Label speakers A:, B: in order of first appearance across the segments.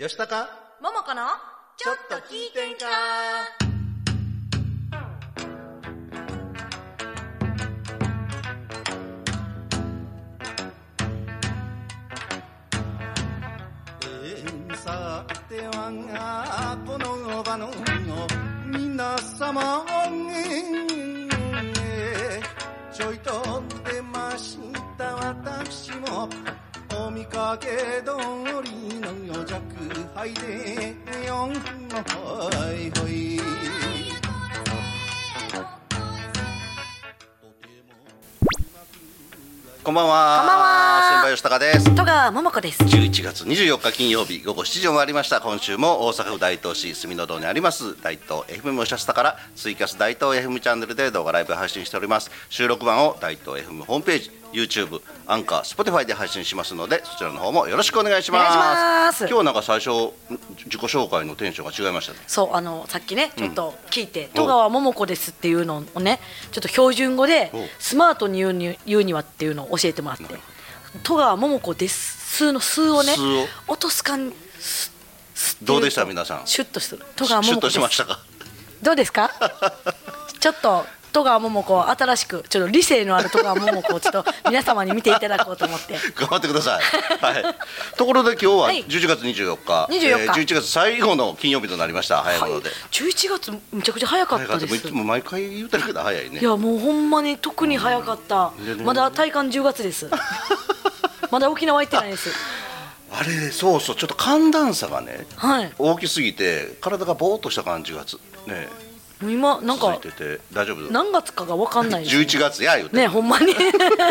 A: 吉高
B: ももこの
A: ちょっと聞いてんか。さてはこの場の皆様ちょいと出ました私もお見かけ通りの弱敗でよんほいほい。こんばんは。
B: こんばんは。
A: 先輩吉高です。
B: 戸川桃子です。
A: 11月24日金曜日午後7時を回りました。今週も大阪府大東市住の堂にあります大東 FM 吉下からツイキャス大東 FM チャンネルで動画ライブ配信しております。収録版を大東 FM ホームページ、YouTube、アンカー、Spotify で配信しますので、そちらの方もよろしくお願いします。
B: お願いします。
A: 今日なんか最初自己紹介のテンションが違いましたね。
B: そうさっきねちょっと聞いて、戸川桃子ですっていうのをねちょっと標準語でスマートに言うにはっていうのを教えてもらって、戸川桃子ですの数をね落とす感じ。
A: どうでした皆さん。
B: シュッとする。戸川桃子です。
A: シュッとしましたか。ど
B: うですかちょっと戸川桃子新しくちょっと理性のある戸川桃子をちょっと皆様に見ていただこうと思って
A: 頑張ってください、はい、ところで今日は11月24日、11月最後の金曜日となりました。早いもので、
B: 11月めちゃくちゃ早かったです。
A: もう毎回言うてるけど早いね。
B: いやもうほんまに特に早かった、まだ体感10月ですまだ沖縄行ってないです。
A: あれそうそう、ちょっと寒暖差がね、
B: はい、
A: 大きすぎて体がぼーっとした感じがね
B: 今なんか
A: 続いてて大丈夫。
B: 何月かが分かんないです、
A: 11月や言うて
B: ねほんまにで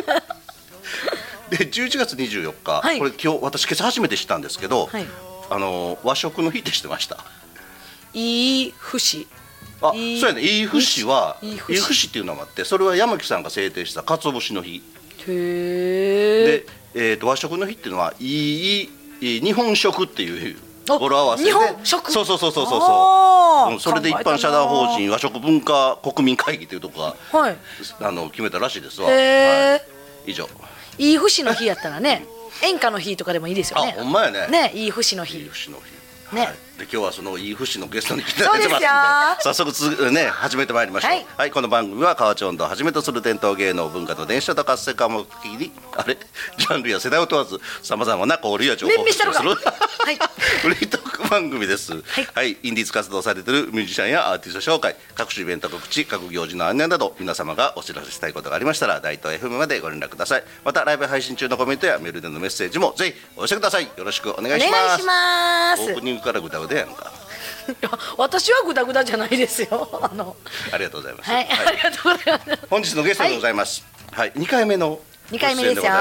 A: 11月24日、
B: はい、
A: これ今朝初めて知ったんですけど、
B: はい、
A: 和食の日って知ってました？
B: いい節。
A: そうやね、いい節はいい節っていうのがあって、それは山木さんが制定した鰹節の日
B: へ
A: で、和食の日っていうのはいい日本食っていう語呂合わせで、
B: 日本食、
A: そうそれで一般社団法人和食文化国民会議というところが、はい、決めたらしいですわ。はい、以上。
B: いい節の日やったらね演歌の日とかでもいいですよね。
A: ほんまやね。
B: ね、いい節の日。
A: いい節の日。
B: ね、
A: はい、で今日はそのいい節のゲストに来ていただいてますので、早速ね始めてまいりましょう。はい、はい、この番組は河内音頭をはじめとする伝統芸能文化と伝承と活性化を目的にジャンルや世代を問わずさまざまな交流や情報を発信するフリートーク番組です。はい、はい、インディーズ活動されているミュージシャンやアーティスト紹介、各種イベント告知、各行事の案内など皆様がお知らせしたいことがありましたら大東 FM までご連絡ください。またライブ配信中のコメントやメールでのメッセージもぜひお寄せください。よろしくお願いします。
B: お願いします。
A: オープニングからグダグダやんか。
B: いや私はグダグダじゃないですよ。
A: ありがとうございます。
B: はい、ありがとうございます。
A: 本日のゲストでございます。はい、2回目の
B: 2回目ですよ。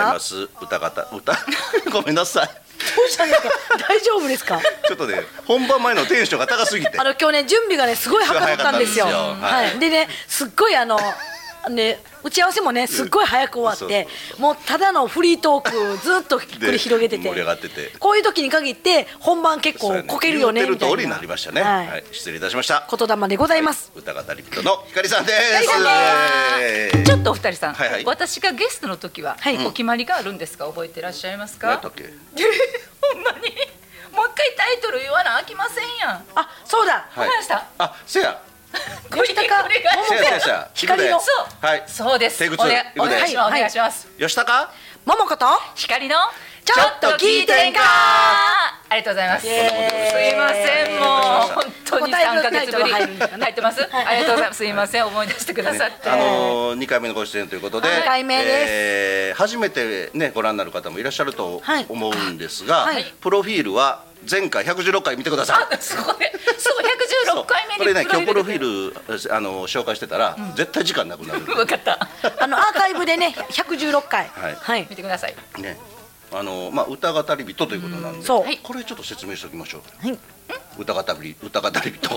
A: ごめんなさい。
B: どうしたんですか。大丈夫ですか。
A: ちょっとね本番前のテンションが高すぎて、
B: 今日ね準備がねすごい早かったんですよ。はい、でねすっごいね打ち合わせもねすっごい早く終わって、もうただのフリートークずっと繰り広げてて
A: 盛り上がってて、
B: こういう時に限って本番結構こけるよねみたいな。
A: 言ってる通りになりましたね。はい、失礼いたしました。
B: 言霊でございます。
A: 歌語り人のひかりさんです。
C: ちょっとお二人さん、私がゲストの時はお決まりがあるんですか？覚えてらっしゃいますか？
A: 何だっけ？
C: ほんまにもう一回タイトル言わなあきませんやん。
B: あ、そうだ。
C: わかりました。
A: あ、せや。
B: 吉高桃子光の
C: そうです。お願いします。
A: 吉高
B: 桃子と
C: 光の
B: ちょっと聞いてんか。
C: ありがとうございます。すいません、もう本当に3ヶ月ぶり入ってます。ありがとうございます。すいません、思い出してくださって。
A: 2回目のご出演ということで、
B: 2回目です。
A: 初めてねご覧になる方もいらっしゃると思うんですが、プロフィールは前回116回見てください。
C: そう116回目に
A: これね今日プロフィール紹介してたら絶対時間なくなる。
C: 分かった。
B: アーカイブでね116回
C: はい見てください
A: ね。歌語り人ということなんで、これちょっと説明しておきましょう。歌語り人。
B: 歌語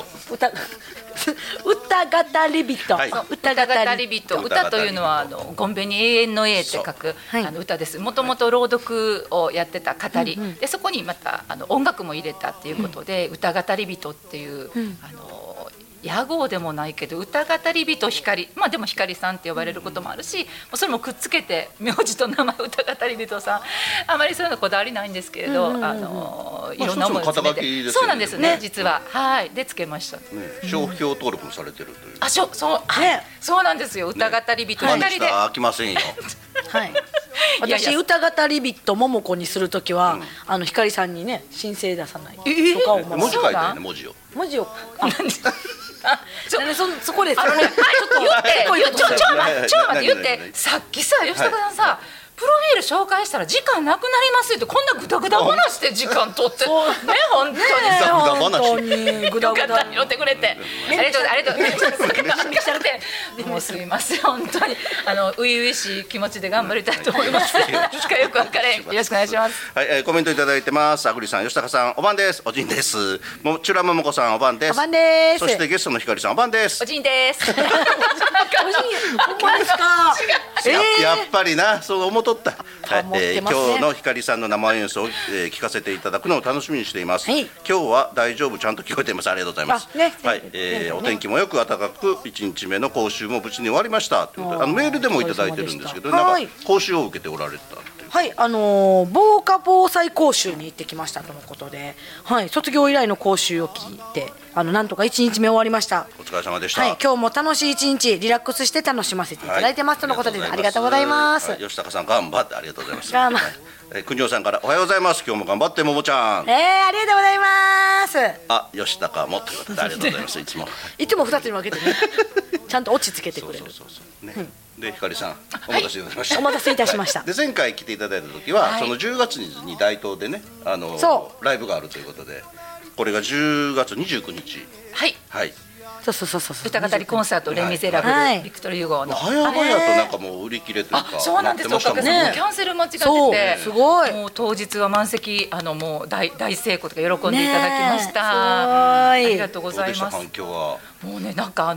B: り人。
C: 歌というのはゴンベに永遠の永って書く歌です。もともと朗読をやってた語りで、そこにまた音楽も入れたっていうことで歌語り人っていう屋号でもないけど歌語り人光、でも光さんって呼ばれることもあるし、それもくっつけて名字と名前歌語り人さん、あまりそういうのこだわりないんですけれど、 いろんな思いを詰めて、そうなんですね、実ははいでつけました。
A: 商標登録もされてるという。
C: そうなんですよ。歌語り人
A: 2人で飽きませんよ。
B: はい。私歌語り人桃子にするときは光さんにね申請出さないとか思う。
A: 文字書いてね、文字を。
B: そこです。
C: ちょっと待って言って、さっきさ吉高さんさ。プロフィール紹介したら時間なくなりますってこんなグダグダ話で時間取ってね本当にグダグダに乗ってくれてありがとうもうすみません本当に初々しい気持ちで頑張りたいと思います。よく分かれんよろしくお願いします。
A: はい、コメントいただいてます。あぐりさん、吉高さんおばんです。おじんです。もちゅらももこさんおばんです。
B: おばんです。
A: そしてゲストのひかりさんおばんです。
C: おじんです。
B: おじんほんまですか。
A: やっぱりなそう思っとった。今日のひかりさんの生演奏を聞かせていただくのを楽しみにしています。今日は大丈夫ちゃんと聞こえています。ありがとうございます。はい、お天気もよく暖かく1日目の講習も無事に終わりましたということでメールでもいただいてるんですけど、なんか講習を受けておられた。
B: はい、防火防災講習に行ってきましたとのことで、はい、卒業以来の講習を聞いてなんとか1日目終わりました。
A: お疲れ様でした。
B: はい、今日も楽しい1日リラックスして楽しませていただいてますとのことで、ありがとうございます。
A: 吉高さん頑張ってありがとうございます。
B: 頑張
A: 国尾さんからおはようございます。今日も頑張ってももちゃん。
B: ありがとうございます。
A: 吉高もということでありがとうございます。いつも
B: 2つに分けてねちゃんと落ち着けてくれる。
A: でひかりさんお待たせいたしました。
B: お待たせいたしました。
A: で前回来ていただいた時はその10月に大東でねライブがあるということで、これが10月29日。
C: はい
A: はい。
B: そう
C: 歌語りコンサートレ・ミゼラブルビクトル・ユゴーの
A: 早々となんかもう売り切れというか。
C: そうなんです。おかげさまでキャンセル待ちが出て、
B: すごい。
C: もう当日は満席もう大成功とか喜んでいただきました。ありがとうございます。
A: 反響は
C: もうねなんか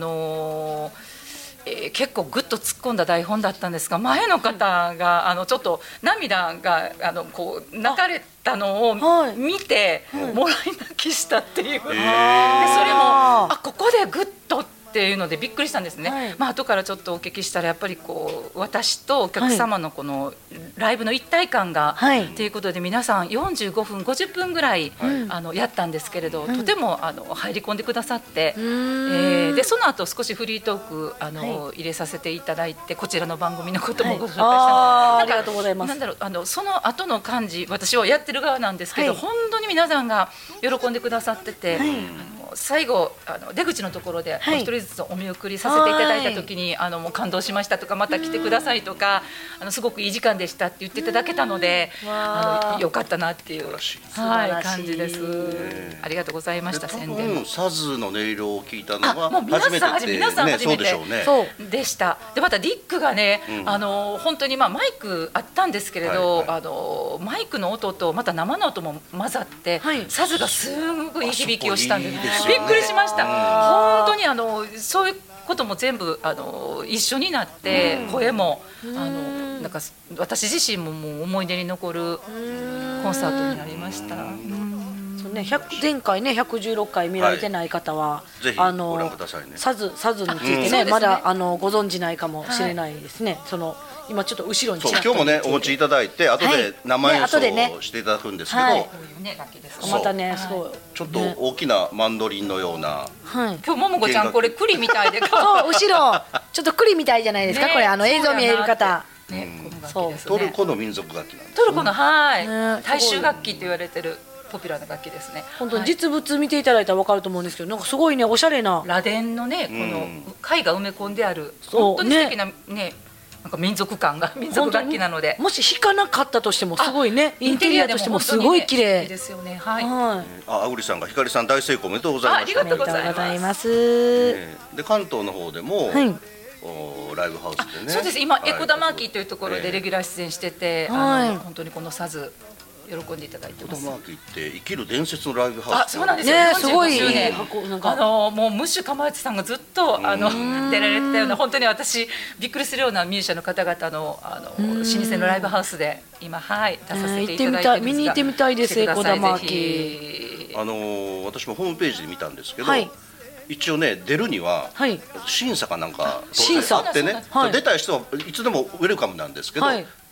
C: 結構ぐっと突っ込んだ台本だったんですが、前の方がちょっと涙がこう流れたのを見てもらい泣きしたっていう、でそれもここでぐっとっていうのでびっくりしたんですね。後からちょっとお聞きしたらやっぱりこう私とお客様のこのライブの一体感がということで、皆さん45分50分ぐらいやったんですけれど、とても入り込んでくださって、でその後少しフリートーク入れさせていただいて、こちらの番組のこともご紹介したので、
B: ありがとうございます。
C: なんだろうその後の感じ、私はやってる側なんですけど、本当に皆さんが喜んでくださってて、最後出口のところでお一人ずつお見送りさせていただいた時にもう感動しましたとか、また来てくださいとか、すごくいい時間でしたって言っていただけたので、よかったなっていう感じです。ありがとうございました。宣伝も
A: サズの音色を聞いたのは
C: もう皆さん初めてでした。でまたリックがね本当にマイクあったんですけれど、マイクの音とまた生の音も混ざってサズがすごくいい響きをしたんでびっくりしました。本当にそういうことも全部一緒になって声もなんか私自身ももう思い出に残るコンサートになりました。
B: 前回ね116回見られてない方は
A: ぜひご覧くださいね。
B: サズについてねまだご存じないかもしれないですね。今ちょっと後ろに
A: 今日もねお持ちいただいて後で生演奏をしていただくんですけど、
B: またねすごい
A: ちょっと大きなマンドリンのような、
C: 今日ももこちゃんこれ栗みたいで
B: そう後ろちょっと栗みたいじゃないですか、これ映像見える方。
A: トルコの民族楽器なんです。
C: トルコの大衆楽器と言われてるポピュラーな楽器ですね。
B: 本当に実物見ていただいたら分かると思うんですけど、なんかすごいねおしゃれな
C: 螺鈿のねこの貝が埋め込んである本当に素敵なねなんか民族感が民族楽器なので、
B: もし弾かなかったとしてもすごいねインテリアとしてもすごい綺麗
C: ですよね。
A: あぐりさんがひかりさん大成功おめでとうございます。
C: ありがとうございます。
A: で関東の方でもライブハウスでね。
C: そうです。今エコダマーキーというところでレギュラー出演してて、本当にこのサズ喜んでいただいてます。
A: エコダマーキーって生きる伝説のライブハウス。
C: そうなんですよ。
B: すごい
C: もうムッシュかまやつさんがずっと出られてたような、本当に私びっくりするようなミュージシャンの方々の老舗のライブハウスで今出させていただいてるんですが、
B: 見に行ってみたいですエコダマーキー。
A: 私もホームページで見たんですけど。一応ね出るには審査かなんかあってね、出たい人はいつでもウェルカムなんですけど、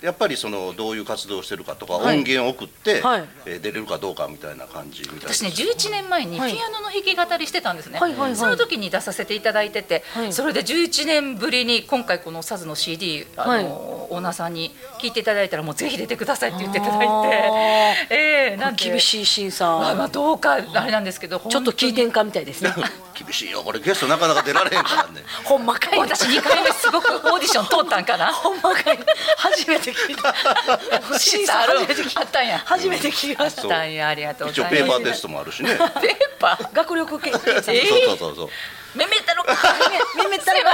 A: やっぱりそのどういう活動をしてるかとか、音源を送って、出れるかどうかみたいな感じみたいな。
C: 私ね11年前にピアノの弾き語りしてたんですね。その時に出させていただいてて、それで11年ぶりに今回このサズの CD オーナーさんに聞いていただいたら、もうぜひ出てくださいって言っていただいて、
B: なんで厳しい審査、
C: どうかあれなんですけど、
B: ちょっと聞いてんかみたいですね。
A: 厳しいよこれ、ゲストなかなか出られへんからね。
B: ほんまかい。
C: 私2回目すごくオーディション通ったんかな。
B: ほんまかい。初めて聞いた。審査初めて聞いたんや。初めて聞きました。
C: ありがとうございます。
A: 一応ペーパーテストもあるしね。
C: ペーパー
B: 学力検査。
A: そう。
C: めめたろか。
B: めめたろか。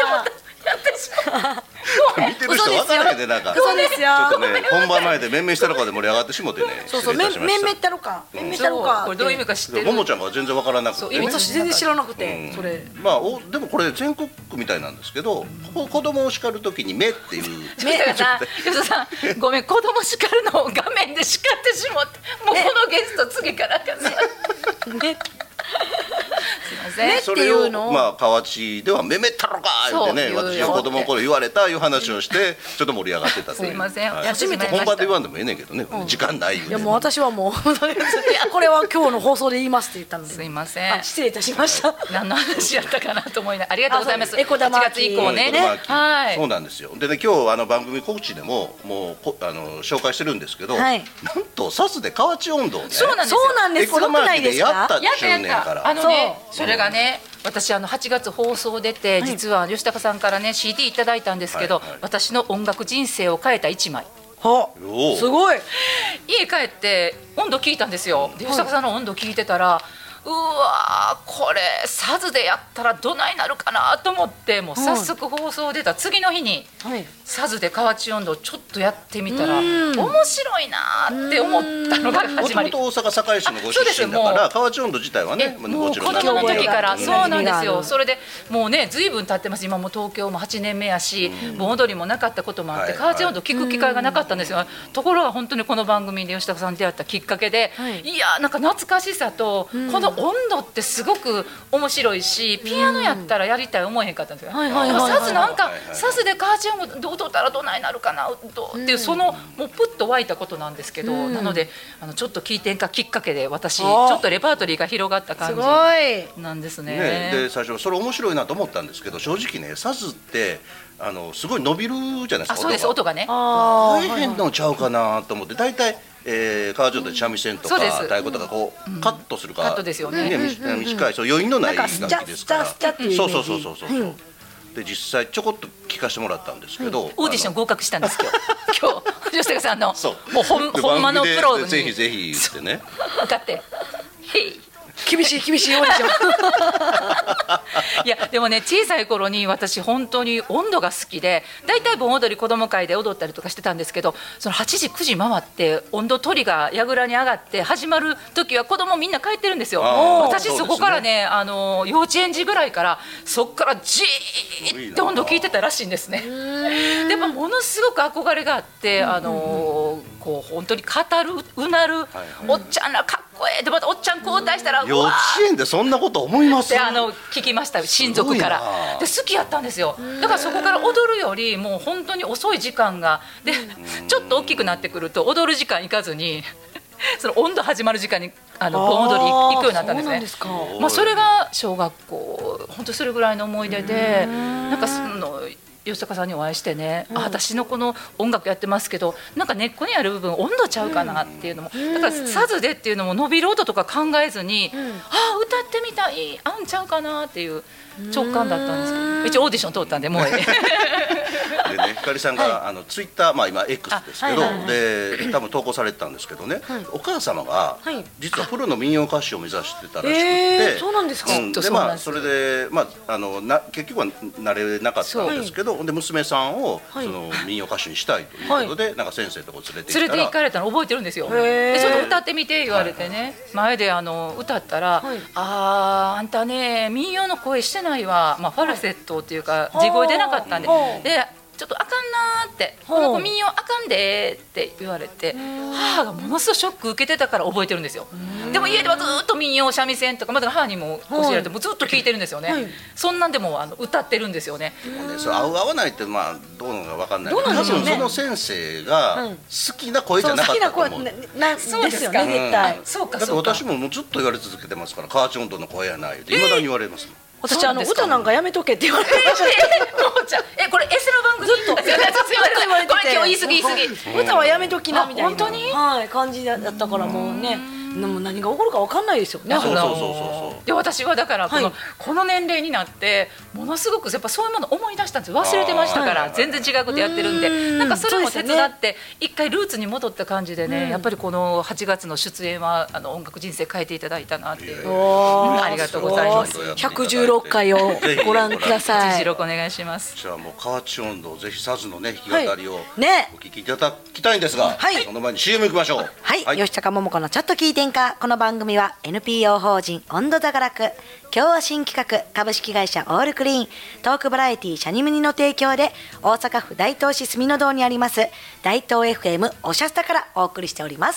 A: 見てる人分からへんで、なんかちょ
B: そうですよ。
A: っとね、本番前でめんめんしたのかで盛り上がってしもてね。
B: そうめめったろか。めめたろか。
C: これどういう意味か知ってる？
A: ももちゃんが全然分からなくて。
B: 私全然知らなくて、それ。
A: まあでもこれ全国区みたいなんですけど、子供を叱るときに目っていう。
C: 吉田さん、ごめん、子供叱るのを画面で叱ってしまって、もうこのゲスト次からかさ。
A: それをまあ河内ではめめったろか言ってね、私が子供の頃言われたいう話をしてちょっと盛り上がってた。
C: すいません、
A: 初めて本番で言わんでもええねんけどね、時間ない。
B: いやもう私はもうこれは今日の放送で言いますって言ったので、
C: すいません、
B: 失礼いたしました。
C: 何の話やったかなと思いながら、ありがとうございます。
B: 8
C: 月以降ね、
A: そうなんですよ。でね、今日番組告知でももう紹介してるんですけど、なんとサスで河内音頭ね、
C: そうなんです。
B: すごくないですか？
A: やった10年から。
C: それがね、私8月放送出て、実は吉高さんからね CD いただいたんですけど、私の音楽人生を変えた1枚。
B: すごい。
C: 家帰って音頭聞いたんですよ。吉高さんの音頭聞いてたら、うわー、これサズでやったらどないなるかなと思って、もう早速放送出た次の日にサズで河内音頭ちょっとやってみたら面白いなって思ったのが始まり。
A: もともと大阪堺市のご出身だから河内音頭自体はね、
C: もちろん子供の時から。そうなんですよ。それでもうね、随分経ってます。今も東京も8年目やし、盆踊りもなかったこともあって河内音頭聞く機会がなかったんですよ。ところが本当にこの番組で吉高さんに出会ったきっかけで、いやなんか懐かしさとこの音頭ってすごく面白いし、ピアノやったらやりたい思えへんかったんですよ。サズなんかサズで河内音頭踊ったらどないなるかなっていう、そのもうプッと湧いたことなんですけど、なのでちょっと聞いてんかきっかけで私ちょっとレパートリーが広がった感じなんですね。
A: で最初それ面白いなと思ったんですけど、正直ねサズってすごい伸びるじゃないですか。
C: そうです、音がね
A: 大変のちゃうかなと思って、大体河内音頭で三味線とか太鼓とかこうカットするか、
C: カットですよね、
A: 短いそう余韻のない楽器ですから。
B: そう。
A: で実際ちょこっと聞かせてもらったんですけど、
C: オーディション合格したんです今日吉高さんのもうほんまのプロに
A: ぜひぜひってね、
C: 向かってへい
B: 厳しいオーディション。
C: いやでもね、小さい頃に私本当に音頭が好きで、だいたい盆踊り子供会で踊ったりとかしてたんですけど、その8時9時回って音頭取りが櫓に上がって始まる時は子供みんな帰ってるんですよ。私そこからね、幼稚園児ぐらいからそこからじーっと音頭聞いてたらしいんですね。でもものすごく憧れがあって、こう本当に語るうなるおっちゃんらかっこええで、またおっちゃん交代したら
A: 幼稚園でそんなこと思います？
C: で聞きました、親族から。で好きやったんですよ。だからそこから踊るよりもう本当に遅い時間がで、ちょっと大きくなってくると踊る時間行かずにその音頭始まる時間に盆踊り行くようになったんですね。まあそれが小学校、本当それぐらいの思い出で、なんか吉高さんにお会いしてね、私のこの音楽やってますけど、なんか根っこにある部分温度ちゃうかなっていうのも、だからサズでっていうのも伸びる音とか考えずに、歌ってみたいあんちゃうかなっていう直感だったんですけど、一応オーディション通ったんでもう
A: でね、ひかりさんがツイッター、まあ今 X ですけど、で多分投稿されてたんですけどね、お母様が実はプロの民謡歌手を目指してたらしくて、
B: そうなんですか。
A: でまあそれでまあ結局はなれなかったんですけど、で娘さんをその民謡歌手にしたいということで、なんか先生のとこ連れて
C: 行かれたの覚えてるんですよ。でちょっと歌ってみて言われてね、前で歌ったら、あんたね民謡の声してないわ、まあファルセットっていうか地声出なかったんで、でちょっとあかんなーって、この子民謡あかんでーって言われて、母がものすごいショック受けてたから覚えてるんですよ。でも家ではずっと民謡三味線とかまだ母にも教えられてもうずっと聞いてるんですよね。そんなんでも歌ってるんですよね。
A: それ合う合わないってまあどうなのか分かんないけど、
B: どうなんでしょうね。
A: 多分その先生が好きな声じゃなかったと思う。
B: そうですよね、絶対。
C: そうか
A: だって
C: そうか。
A: 私もずっと言われ続けてますから、河内音頭の声やないって未だに言われますもん。
B: 私歌なんかやめとけって言われてました。
C: これエセの番組ずっと言われてて、これ今日言い過ぎ
B: 歌はやめときなみたいな
C: 本当に
B: 感じだったから、もうね、もう何が起こるか分かんないですよね。
C: で私はだからこの年齢になってものすごくやっぱそういうもの思い出したんですよ。忘れてましたから全然違うことやってるんで、なんかそれも手伝って一回ルーツに戻った感じでね、やっぱりこの8月の出演は音楽人生変えていただいたなっていう。ありがとうございます。
B: 116回をご覧ください。
C: 116お願いします。
A: じゃあもう河内音頭ぜひサズのね弾き語りをお聞きいただきたいんですが、その前に CM 行きましょう。
B: はい、吉高桃子のちょっと聞いてんか。この番組は NPO 法人温度座がらく、今日は新企画株式会社オールクリーン、トークバラエティシャニムニの提供で大阪府大東市住の堂にあります大東 FM おしゃスタからお送りしております。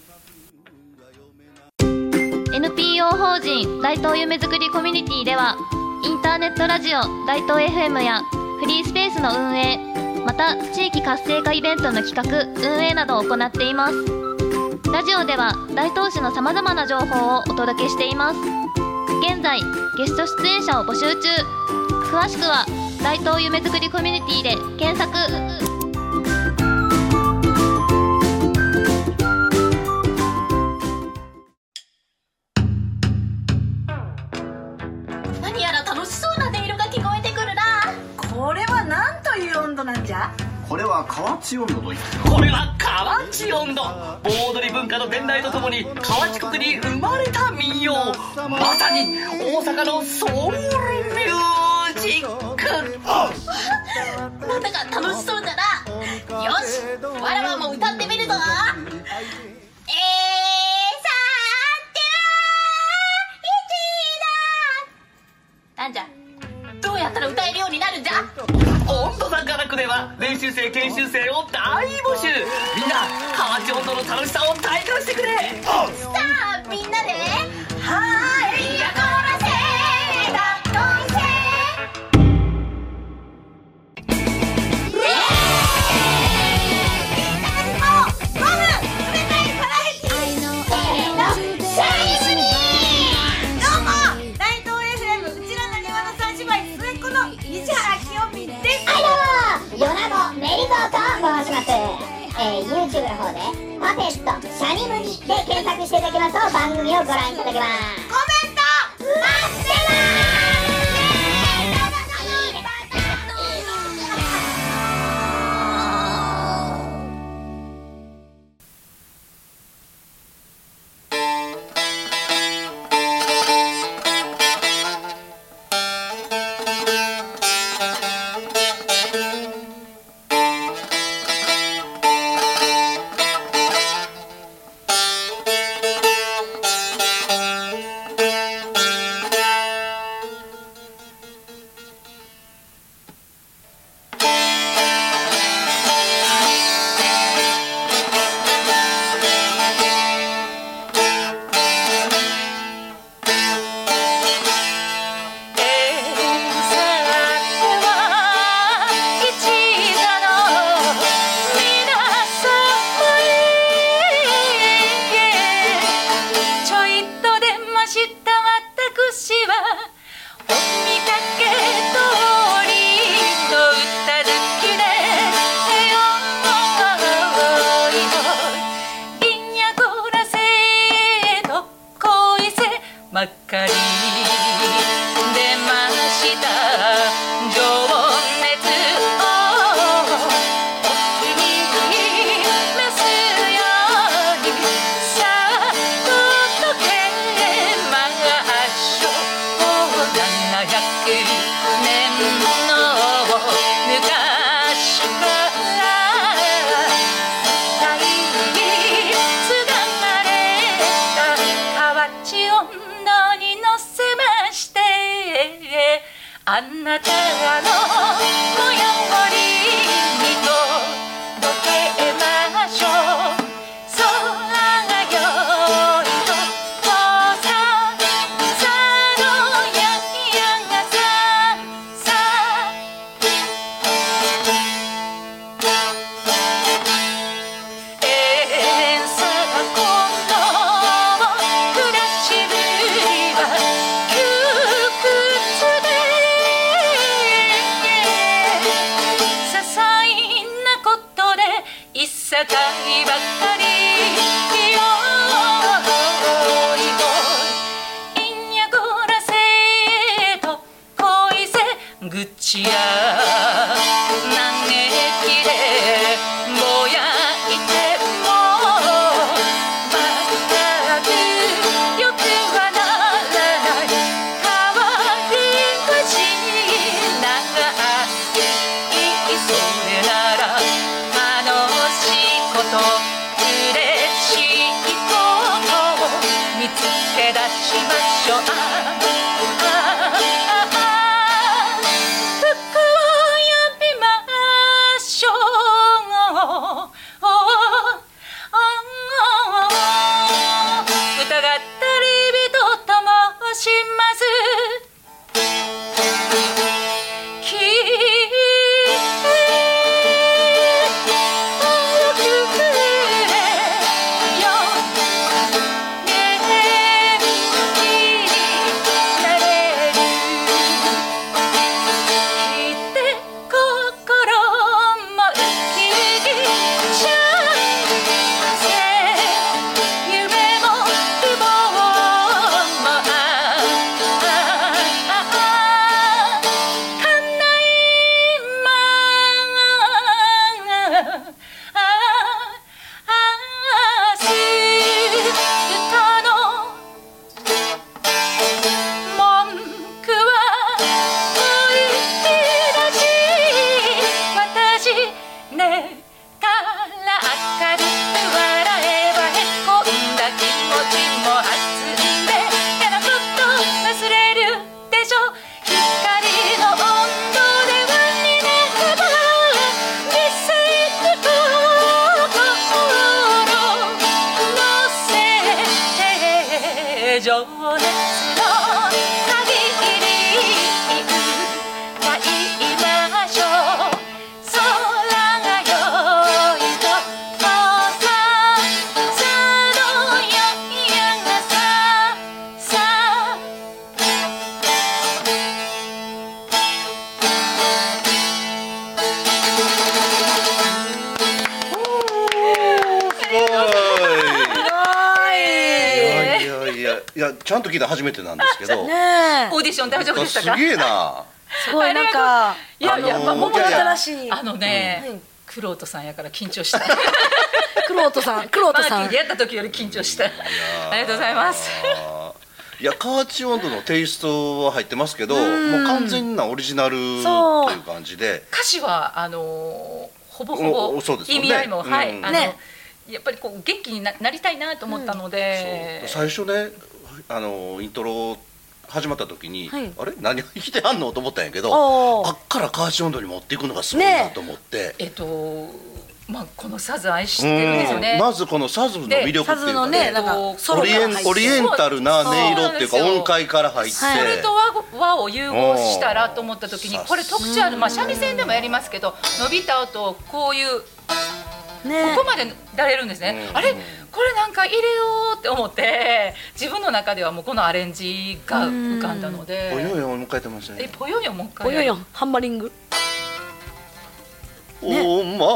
D: NPO 法人大東夢づくりコミュニティではインターネットラジオ大東 FM やフリースペースの運営、また地域活性化イベントの企画運営などを行っています。ラジオでは大東市のさまざまな情報をお届けしています。現在ゲスト出演者を募集中。詳しくは大東夢づくりコミュニティで検索。
E: 何やら楽しそうな音色が聞こえてくるな。
F: これは何という温度なんじゃ。
G: これは河内音頭といって、
H: これは河内音頭、盆踊り文化の伝来とともに河内国に生まれた民謡、まさに大阪のソウルミュージック。
E: なんだか楽しそうだな。よし、わらわも歌ってみるぞ。なんじゃ、どうやったら歌えるようになるんじゃ。
H: 温度座からくでは練習生研修生を大募集。みんな河内音頭の楽しさを体感してくれ。
E: さあみんなではいやこらせだどんせYouTube の方でパペットシャニムニで検索していただきますと番組をご覧いただけます。コメント待ってます。あなたの模様り
C: ましょう空が良いとささのややがさささ今度も暮らしぶりは窮屈で些細なことでいさかいばかりよいいんやごらせと恋せ愚痴や嘆きでぼやいても全くよくはならない変わり口長いそれなら楽しいこと嬉しいことを見つけ出しましょう服を呼びましょう疑ったり人と申しますきっとくれよ元気になれるきって心もウキウキ幸せ夢も希望も叶います歌の文句はおいらしい私ねから明るく笑えばへこんだ気持ちも弾んで嫌なこと忘れるでしょ光の温度で輪になれば理性に心乗せて情熱の限り歌いましょう空が良いとささのややがささ
A: いやちゃんと聞いた初めてなんですけど。
B: ね
C: オーディション大丈夫でしたか
A: すげえな。
B: すごいなんか
C: いやいや
B: 桃の新しい
C: ねクロートさんやから緊張した
B: クロートさんクロートさん
C: マーキーでやった時より緊張したありがとうございます
A: いや河内温度のテイストは入ってますけど、もう完全なオリジナルっていう感じで、
C: 歌詞はほぼほぼ
A: そうですよね
C: 意味合いもはい
B: ね
C: やっぱりこう元気になりたいなと思ったので、
A: 最初ねイントロ始まった時に、
B: はい
A: あれ何を弾いてあんのと思ったんやけど、あっから河内温度に持っていくのがすごいなと思って、
C: まあこのサズ愛してるんですよね。
A: まずこのサズの魅力っていうかね、オリエンタルな音色っていうか音階から入って、
C: 鳥と和を融合したらと思った時にこれ特徴ある、まあ三味線でもやりますけど伸びた音をこういうここまで出れるんですね。あれこれなんか入れようって思って自分の中ではもうこのアレンジが浮かんだので。
A: ぽよよもう一回やってますね。
C: ぽよよもう一回。
B: ぽよよハンマリング。
A: お前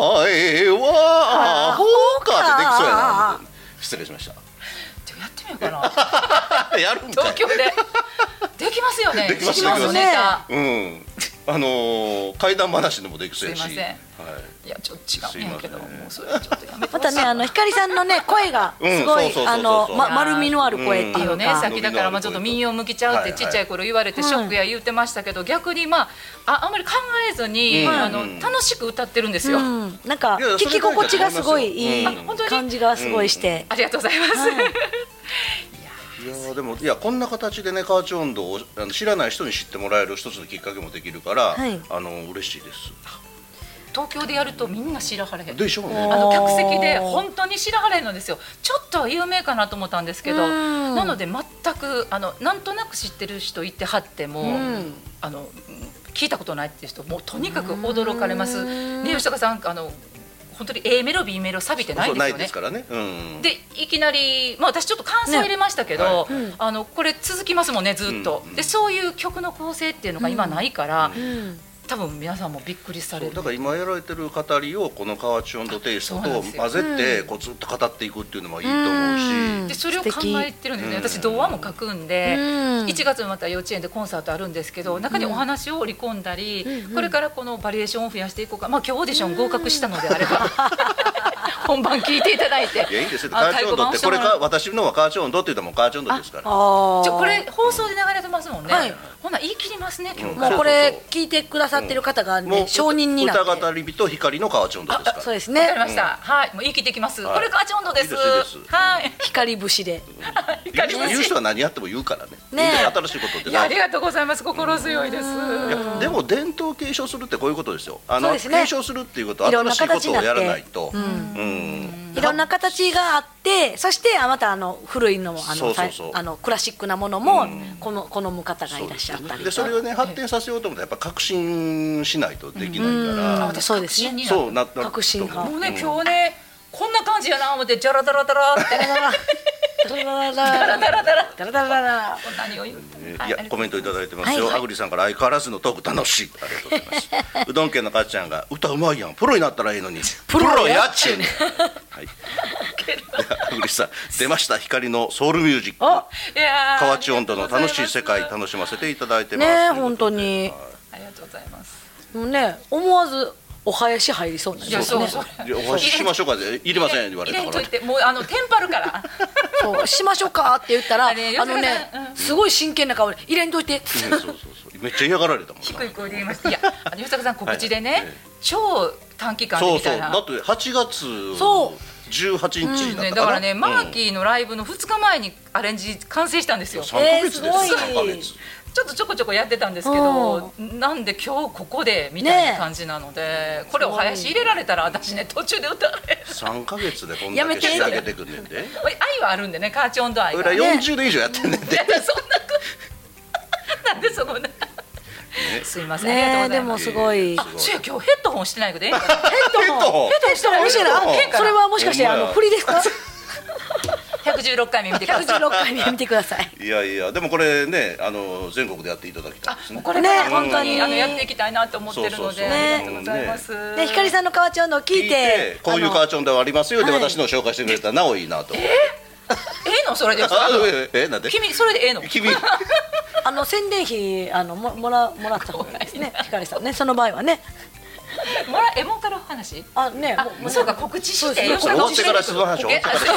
A: はアホかってできそうやな。失礼しました。
C: やってみようかな。
A: やるんかい。
C: 東京でできますよね。
A: できます
C: ね。
A: うん。怪談話でもできそうやし。
C: すいません。いやちょっと違うんやけどもうそれはちょっとやめて。
B: またね光さんのね声がすごい丸みのある声っていう
C: ね、さっきだからまあちょっと民謡向きちゃうってちっちゃい頃言われてショックや言ってましたけど、逆にまああんまり考えずに楽しく歌ってるんですよ。
B: なんか聞き心地がすごいいい感じがすごいして、
C: ありがとうございます。
A: いやでもこんな形でね河内音頭を知らない人に知ってもらえる一つのきっかけもできるから、嬉しいです。
C: 東京でやるとみんな知らはれへん
A: でしょうね。
C: 客席で本当に知らはれんのですよ。ちょっとは有名かなと思ったんですけど、なので全くなんとなく知ってる人いてはっても、聞いたことないっていう人もうとにかく驚かれます。ね、吉高さん本当に A メロ B メロ錆びてないですよね。
A: ないですからね。
C: でいきなり、私ちょっと感想入れましたけど、これ続きますもんねずっと。でそういう曲の構成っていうのが今ないから、多分皆さんもびっくりされる。
A: だから今やられてる語りをこの河内音頭テイストと混ぜてこうずっと語っていくっていうのもいいと思うし、
C: でそれを考えてるんですね。私童話も書くんで、1月また幼稚園でコンサートあるんですけど、中にお話を織り込んだり、これからこのバリエーションを増やしていこうか。今日オーディション合格したのであれば本番聞いていただいて。
A: いやいいんですよ。河内音頭ってこれか私のは河内音頭って言ったらもう河内音頭ですから。
C: これ放送で流れてますもんね。ほな言い切りますね今日。
B: もうこれ聞いてくださってる方がね承認になって。
A: 歌語り人光の河内音頭ですから。
B: そうですね。
C: わかりました。はい、もう言い切ってきます。これ河内音頭です。はい。
B: 光節で。
A: 言う人は何やっても言うからね。新しいことって。
C: ありがとうございます。心強いです。
A: でも伝統を継承するってこういうことですよ。継承するっていうことは新しいことをやらないと。
B: いろんな形があって、そしてまた古いのもクラシックなものも好む方がいらっしゃったり。
A: でそれをね発展させようと思ったらやっぱ革新しないとできないから。
B: そうですね。
A: そうなった
B: 革新派。
C: もうね今日ねこんな感じやな思ってジャラダラダラって。ダラダラダラダラダラ。何を言う。
A: いやコメントいただいてますよ。あぐりさんから相変わらずのトーク楽しい。ありがとうございます。うどん家のかっちゃんが歌うまいやん。プロになったらいいのに。プロやっちゅうね。はい。あぐりさん出ました光のソウルミュージック。河内音頭の楽しい世界楽しませていただいてます。
B: ね本当に。
C: ありがとうございます。
B: もうね思わず。お囃子入りそうなんですね。
A: お囃子しましょうかで入れません言われたから。
C: 入れんといてもうテンパるから。
B: そうしましょうかって言ったらすごい真剣な顔で入れんといて。
A: めっちゃ嫌がられたもん。
C: 低い声で言いました。いや吉高さん告知でね超短期間でみたいな。
A: だって8月18日だった
C: だからねマーキーのライブの2日前にアレンジ完成したんですよ。
A: 3ヶ月です。3ヶ月。
C: ちょっとちょこちょこやってたんですけど、なんで今日ここでみたいな感じなので、これお囃子入れられたら私ね途中で歌われ
A: 3ヶ月でこんだけ仕上げてくんねんで。
C: 愛はあるんでね、河内音頭愛が。
A: 俺ら40年以上やってんねんで。
C: そんななんでそこね。すいません。ありがとうございます。
B: でもすごい。
C: そうや今日ヘッドホンしてないけど。ヘッ
B: ドホンしてない。それはもしかして振りですか
C: ？116回目見てください。
B: 116回目見てください。
A: いやいやでもこれね全国でやっていただきたいですね。
C: これね本当にやっていきたいなと思ってるのでありがとうございます。
B: で光さんの河内音頭を聞いて
A: こういう河内音頭ありますよで私のを紹介してくれたらなおいいなと。
C: のそれですか？
A: なんで？
C: 君それでええの？
A: 君
B: 宣伝費もらった方がいいですね。光さんねその場合はね。
C: もうから話？
B: ね。
C: そうか告知して。
A: 終わってからその話。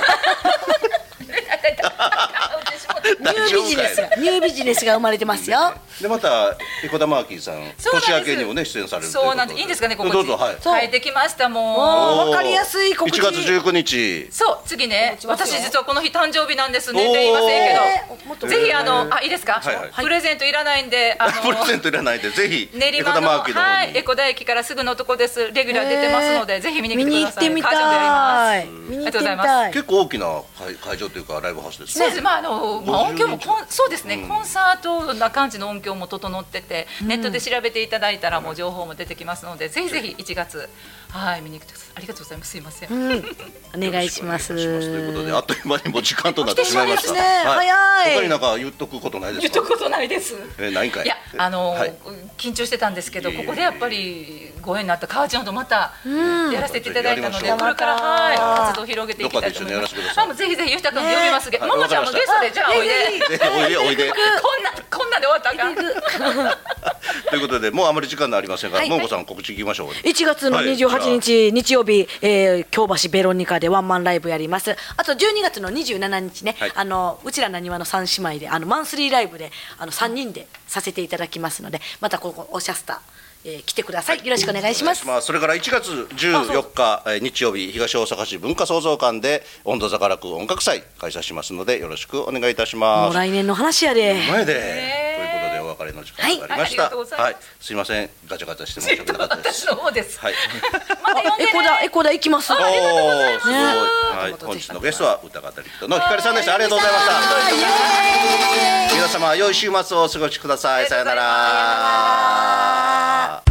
B: ニュービジネスが生まれてますよ。
A: でまたエコダマーキーさん年明けにもね出演される。
C: そうなんです。いいんですかねここ。
A: どうぞはい。
C: 変えてきましたも
B: う。わかりやすい告知。
A: 1月19日。
C: そう次ね私実はこの日誕生日なんですねって言いませんけど、ぜひいいですか？プレゼントいらないんで
A: プレゼントいらないんでぜひ
C: 練馬のはいエコダ駅からすぐのとこです。レギュラー出てますのでぜひ見に来てください。
B: 見に行ってみたい。
C: ありがとうございます。
A: 結構大きな会場というかライブハウスですね。
C: そうです。音響もそうですね、コンサートな感じの音響も整ってて、ネットで調べていただいたらもう情報も出てきますので、ぜひぜひ1月見に来てください。ありがとうございます。すいません。
B: お願いします。
A: ということであっという間にもう時間となってしまいました。
B: 早い。
A: 他になんか言っとくことないですか？
C: 言っとくことないです。
A: 何かい。
C: いや緊張してたんですけど、ここでやっぱりご縁になった河内音頭またやらせていただいたので、これから活動を広げていきたいと思います。ぜひぜひ吉田君呼びます。ももちゃんもゲストでじゃあおいで。
A: おいで。
C: こんなで終わったらあかん。
A: ということでもうあまり時間がありませんが、ももこさん告知いきましょう。
B: 1月の28日日曜日京橋ベロニカでワンマンライブやります。あと12月の27日ねうちらなにわの3姉妹でマンスリーライブで3人でさせていただきますので、またここおしゃスタ来てください。よろしくお願いします。
A: それから1月14日日曜日東大阪市文化創造館で音頭坂楽音楽祭開催しますのでよろしくお願いいたします。
B: もう来年の話やで。
A: 前でということでお別れのの時間がありました。
C: はい、
A: すいません、ガチャガチャして申し訳なかったです。
C: 私の方です。
A: はい。
B: エコダ行きます。
A: すごい。はい、本日のゲストは歌方リピートのひかりさんでした。ありがとうございました。皆様良い週末をお過ごしください。さよなら。